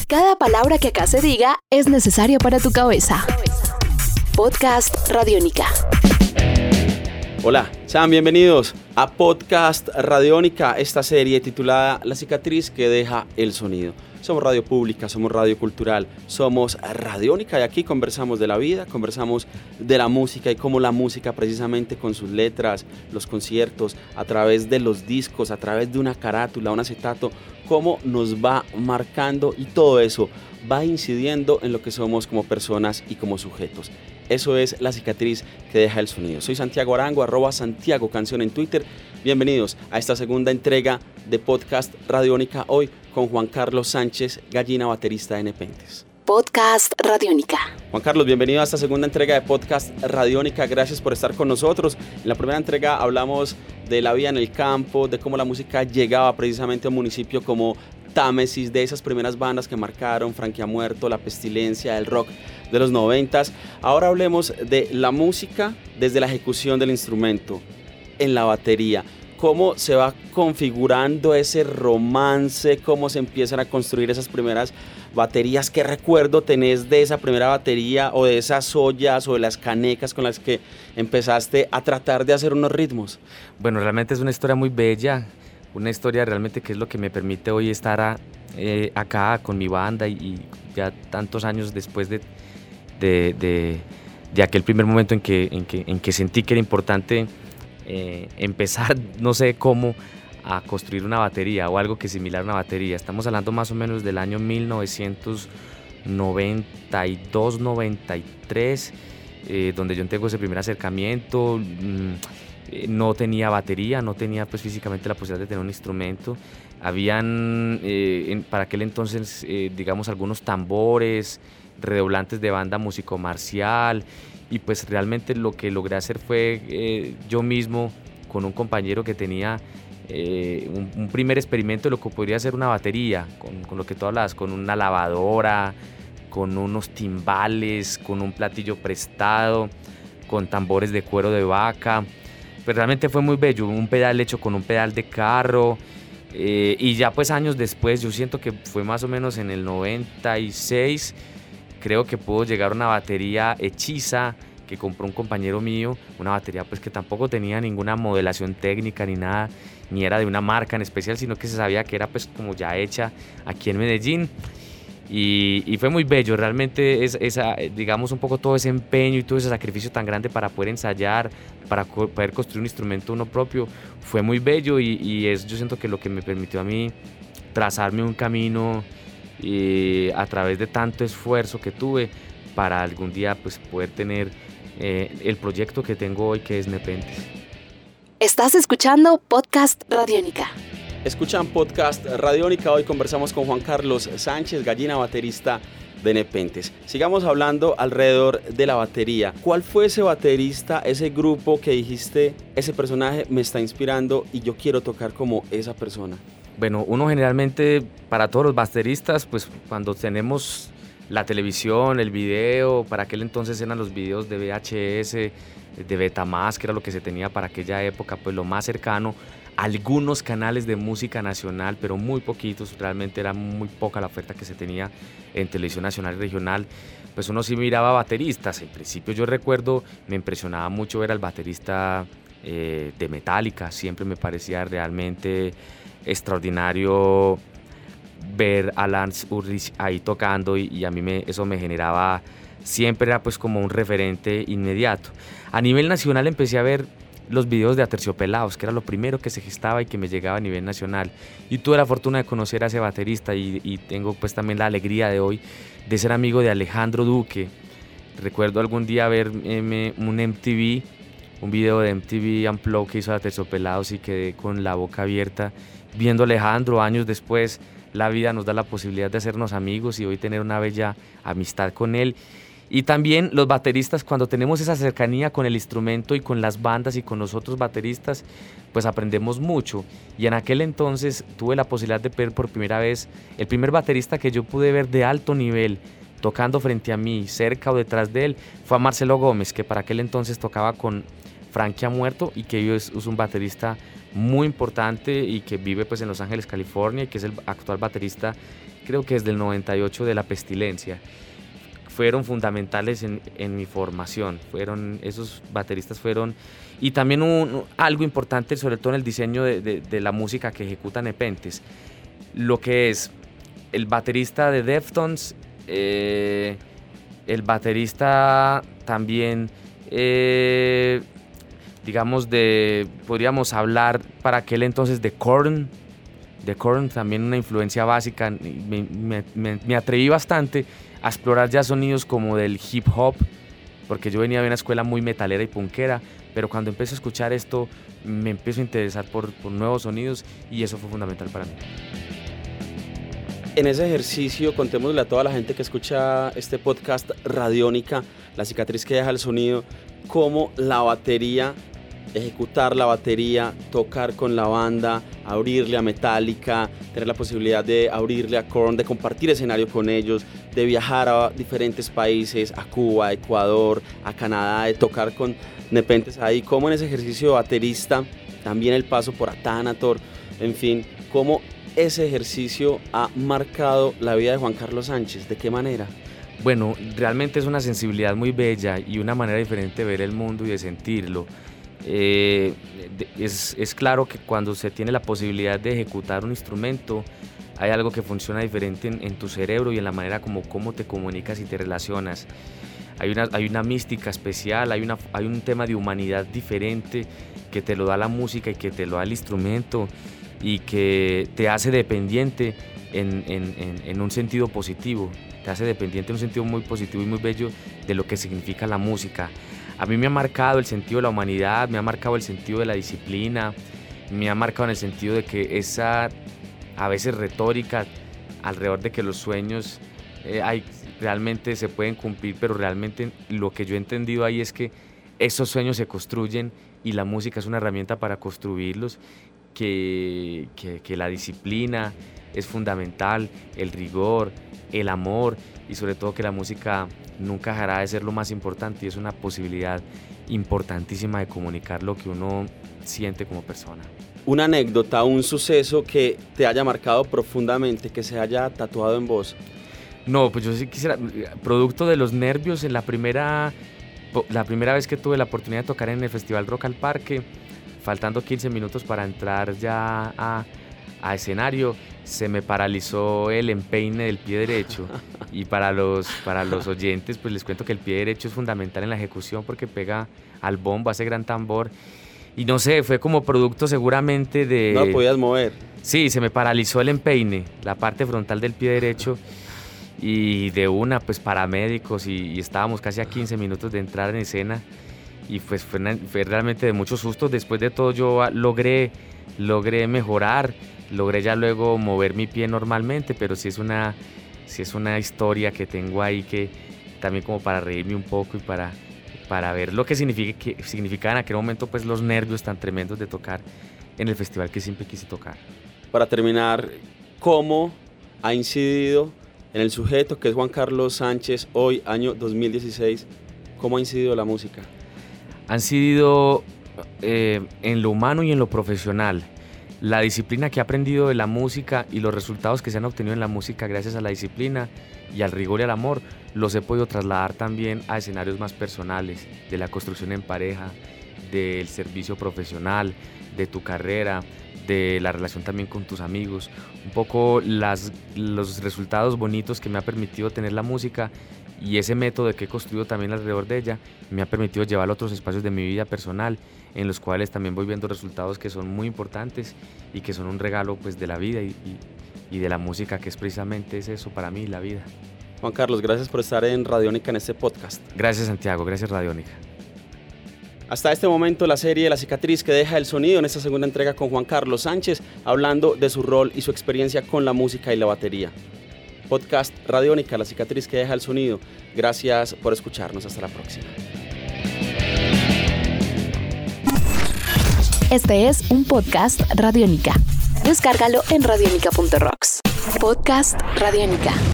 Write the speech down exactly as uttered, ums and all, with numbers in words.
Cada palabra que acá se diga es necesaria para tu cabeza. Podcast Radiónica. Hola, sean bienvenidos a Podcast Radiónica, esta serie titulada La cicatriz que deja el sonido. Somos radio pública, somos radio cultural, somos Radiónica y aquí conversamos de la vida, conversamos de la música y cómo la música precisamente con sus letras, los conciertos, a través de los discos, a través de una carátula, un acetato, cómo nos va marcando y todo eso va incidiendo en lo que somos como personas y como sujetos. Eso es La cicatriz que deja el sonido. Soy Santiago Arango, arroba Santiago Canción en Twitter. Bienvenidos a esta segunda entrega de Podcast Radiónica, hoy con Juan Carlos Sánchez, Gallina, baterista de Nepentes. Podcast Radiónica. Juan Carlos, bienvenido a esta segunda entrega de Podcast Radiónica. Gracias por estar con nosotros. En la primera entrega hablamos de la vida en el campo, de cómo la música llegaba precisamente a un municipio como Támesis, de esas primeras bandas que marcaron, Frankie ha Muerto, La Pestilencia, el rock de los noventas. Ahora hablemos de la música desde la ejecución del instrumento, en la batería. Cómo se va configurando ese romance, cómo se empiezan a construir esas primeras baterías. ¿Qué recuerdo tenés de esa primera batería o de esas ollas o de las canecas con las que empezaste a tratar de hacer unos ritmos? Bueno, realmente es una historia muy bella, una historia realmente que es lo que me permite hoy estar a, eh, acá con mi banda y, y ya tantos años después de, de, de, de aquel primer momento en que, en que, en que sentí que era importante eh, empezar, no sé cómo, a construir una batería o algo que similar a una batería. Estamos hablando más o menos del año mil novecientos noventa y dos noventa y tres, eh, donde yo tengo ese primer acercamiento. Mmm, No tenía batería, no tenía pues físicamente la posibilidad de tener un instrumento. Habían eh, en, para aquel entonces, eh, digamos, algunos tambores, redoblantes de banda músico-marcial, y pues realmente lo que logré hacer fue eh, yo mismo, con un compañero que tenía eh, un, un primer experimento de lo que podría ser una batería, con, con lo que tú hablabas, con una lavadora, con unos timbales, con un platillo prestado, con tambores de cuero de vaca. Pero realmente fue muy bello, un pedal hecho con un pedal de carro, eh, y ya pues años después, yo siento que fue más o menos en el noventa y seis, creo que pudo llegar una batería hechiza que compró un compañero mío, una batería pues que tampoco tenía ninguna modelación técnica ni nada, ni era de una marca en especial, sino que se sabía que era pues como ya hecha aquí en Medellín. Y, y fue muy bello, realmente es, esa, digamos un poco todo ese empeño y todo ese sacrificio tan grande para poder ensayar, para co- poder construir un instrumento uno propio, fue muy bello y, y es, yo siento que lo que me permitió a mí trazarme un camino eh, a través de tanto esfuerzo que tuve para algún día pues poder tener eh, el proyecto que tengo hoy, que es Nepentes. Estás escuchando Podcast Radiónica. Escuchan Podcast Radiónica, hoy conversamos con Juan Carlos Sánchez, Gallina, baterista de Nepentes. Sigamos hablando alrededor de la batería. ¿Cuál fue ese baterista, ese grupo que dijiste, ese personaje me está inspirando y yo quiero tocar como esa persona? Bueno, uno generalmente, para todos los bateristas, pues cuando tenemos la televisión, el video, para aquel entonces eran los videos de V H S, de Betamax, que era lo que se tenía para aquella época, pues lo más cercano. Algunos canales de música nacional, pero muy poquitos, realmente era muy poca la oferta que se tenía en televisión nacional y regional. Pues uno sí miraba bateristas. En principio yo recuerdo, me impresionaba mucho ver al baterista eh, de Metallica, siempre me parecía realmente extraordinario ver a Lars Ulrich ahí tocando y, y a mí me, eso me generaba, siempre era pues como un referente inmediato. A nivel nacional empecé a ver los videos de Aterciopelados, que era lo primero que se gestaba y que me llegaba a nivel nacional, y tuve la fortuna de conocer a ese baterista y, y tengo pues también la alegría de hoy de ser amigo de Alejandro Duque. Recuerdo algún día ver eh, un M T V, un video de M T V Unplugged que hizo Aterciopelados y quedé con la boca abierta viendo a Alejandro. Años después la vida nos da la posibilidad de hacernos amigos y hoy tener una bella amistad con él. Y también los bateristas, cuando tenemos esa cercanía con el instrumento y con las bandas y con los otros bateristas, pues aprendemos mucho. Y en aquel entonces tuve la posibilidad de ver por primera vez, el primer baterista que yo pude ver de alto nivel tocando frente a mí, cerca o detrás de él, fue a Marcelo Gómez, que para aquel entonces tocaba con Frankie ha Muerto y que es, es un baterista muy importante y que vive pues en Los Ángeles, California, y que es el actual baterista creo que desde el noventa y ocho de La Pestilencia, fueron fundamentales en, en mi formación. Fueron, esos bateristas fueron, y también un, algo importante, sobre todo en el diseño de, de, de la música que ejecuta Nepenthes, lo que es el baterista de Deftones, eh, el baterista también, eh, digamos, de, podríamos hablar para aquel entonces de Korn, de Korn, también una influencia básica. Me, me, me, me atreví bastante a explorar ya sonidos como del hip hop, porque yo venía de una escuela muy metalera y punkera, pero cuando empecé a escuchar esto me empiezo a interesar por, por nuevos sonidos, y eso fue fundamental para mí. En ese ejercicio, contémosle a toda la gente que escucha este podcast Radiónica, La cicatriz que deja el sonido, cómo la batería, ejecutar la batería, tocar con la banda, abrirle a Metallica, tener la posibilidad de abrirle a Korn, de compartir escenario con ellos, de viajar a diferentes países, a Cuba, a Ecuador, a Canadá, de tocar con Nepenthes ahí, cómo en ese ejercicio baterista, también el paso por Athanator, en fin, cómo ese ejercicio ha marcado la vida de Juan Carlos Sánchez, ¿de qué manera? Bueno, realmente es una sensibilidad muy bella y una manera diferente de ver el mundo y de sentirlo. Eh, es, es claro que cuando se tiene la posibilidad de ejecutar un instrumento, hay algo que funciona diferente en, en tu cerebro y en la manera como, como te comunicas y te relacionas. Hay una, hay una mística especial, hay, una, hay un tema de humanidad diferente que te lo da la música y que te lo da el instrumento, y que te hace dependiente en, en, en, en un sentido positivo, te hace dependiente en un sentido muy positivo y muy bello de lo que significa la música. A mí me ha marcado el sentido de la humanidad, me ha marcado el sentido de la disciplina, me ha marcado en el sentido de que esa, a veces retórica, alrededor de que los sueños eh, hay, realmente se pueden cumplir, pero realmente lo que yo he entendido ahí es que esos sueños se construyen y la música es una herramienta para construirlos. Que, que, que la disciplina es fundamental, el rigor, el amor, y sobre todo que la música nunca dejará de ser lo más importante, y es una posibilidad importantísima de comunicar lo que uno siente como persona. Una anécdota, un suceso que te haya marcado profundamente, que se haya tatuado en vos. No, pues yo sí quisiera, producto de los nervios, en la primera, la primera vez que tuve la oportunidad de tocar en el Festival Rock al Parque, faltando quince minutos para entrar ya a, a escenario, se me paralizó el empeine del pie derecho. Y para los, para los oyentes, pues les cuento que el pie derecho es fundamental en la ejecución porque pega al bombo, hace gran tambor. Y no sé, fue como producto seguramente de... No lo podías mover. Sí, se me paralizó el empeine, la parte frontal del pie derecho. Y de una, pues paramédicos, y, y estábamos casi a quince minutos de entrar en escena. Y pues fue, una, fue realmente de muchos sustos. Después de todo yo logré, logré mejorar, logré ya luego mover mi pie normalmente, pero sí es una, sí es una historia que tengo ahí que también como para reírme un poco y para, para ver lo que significa, que significaba en aquel momento pues los nervios tan tremendos de tocar en el festival que siempre quise tocar. Para terminar, ¿cómo ha incidido en el sujeto que es Juan Carlos Sánchez hoy, año dos mil dieciséis, cómo ha incidido la música? Han sido eh, en lo humano y en lo profesional. La disciplina que he aprendido de la música y los resultados que se han obtenido en la música gracias a la disciplina y al rigor y al amor, los he podido trasladar también a escenarios más personales, de la construcción en pareja, del servicio profesional, de tu carrera, de la relación también con tus amigos. Un poco las, los resultados bonitos que me ha permitido tener la música, y ese método que he construido también alrededor de ella me ha permitido llevar a otros espacios de mi vida personal, en los cuales también voy viendo resultados que son muy importantes y que son un regalo pues de la vida y, y, y de la música, que es precisamente es eso para mí, la vida. Juan Carlos, gracias por estar en Radiónica en este podcast. Gracias, Santiago, gracias Radiónica. Hasta este momento la serie La cicatriz que deja el sonido, en esta segunda entrega con Juan Carlos Sánchez, hablando de su rol y su experiencia con la música y la batería. Podcast Radiónica, La cicatriz que deja el sonido. Gracias por escucharnos. Hasta la próxima. Este es un podcast Radiónica. Descárgalo en radiónica punto rocks. Podcast Radiónica.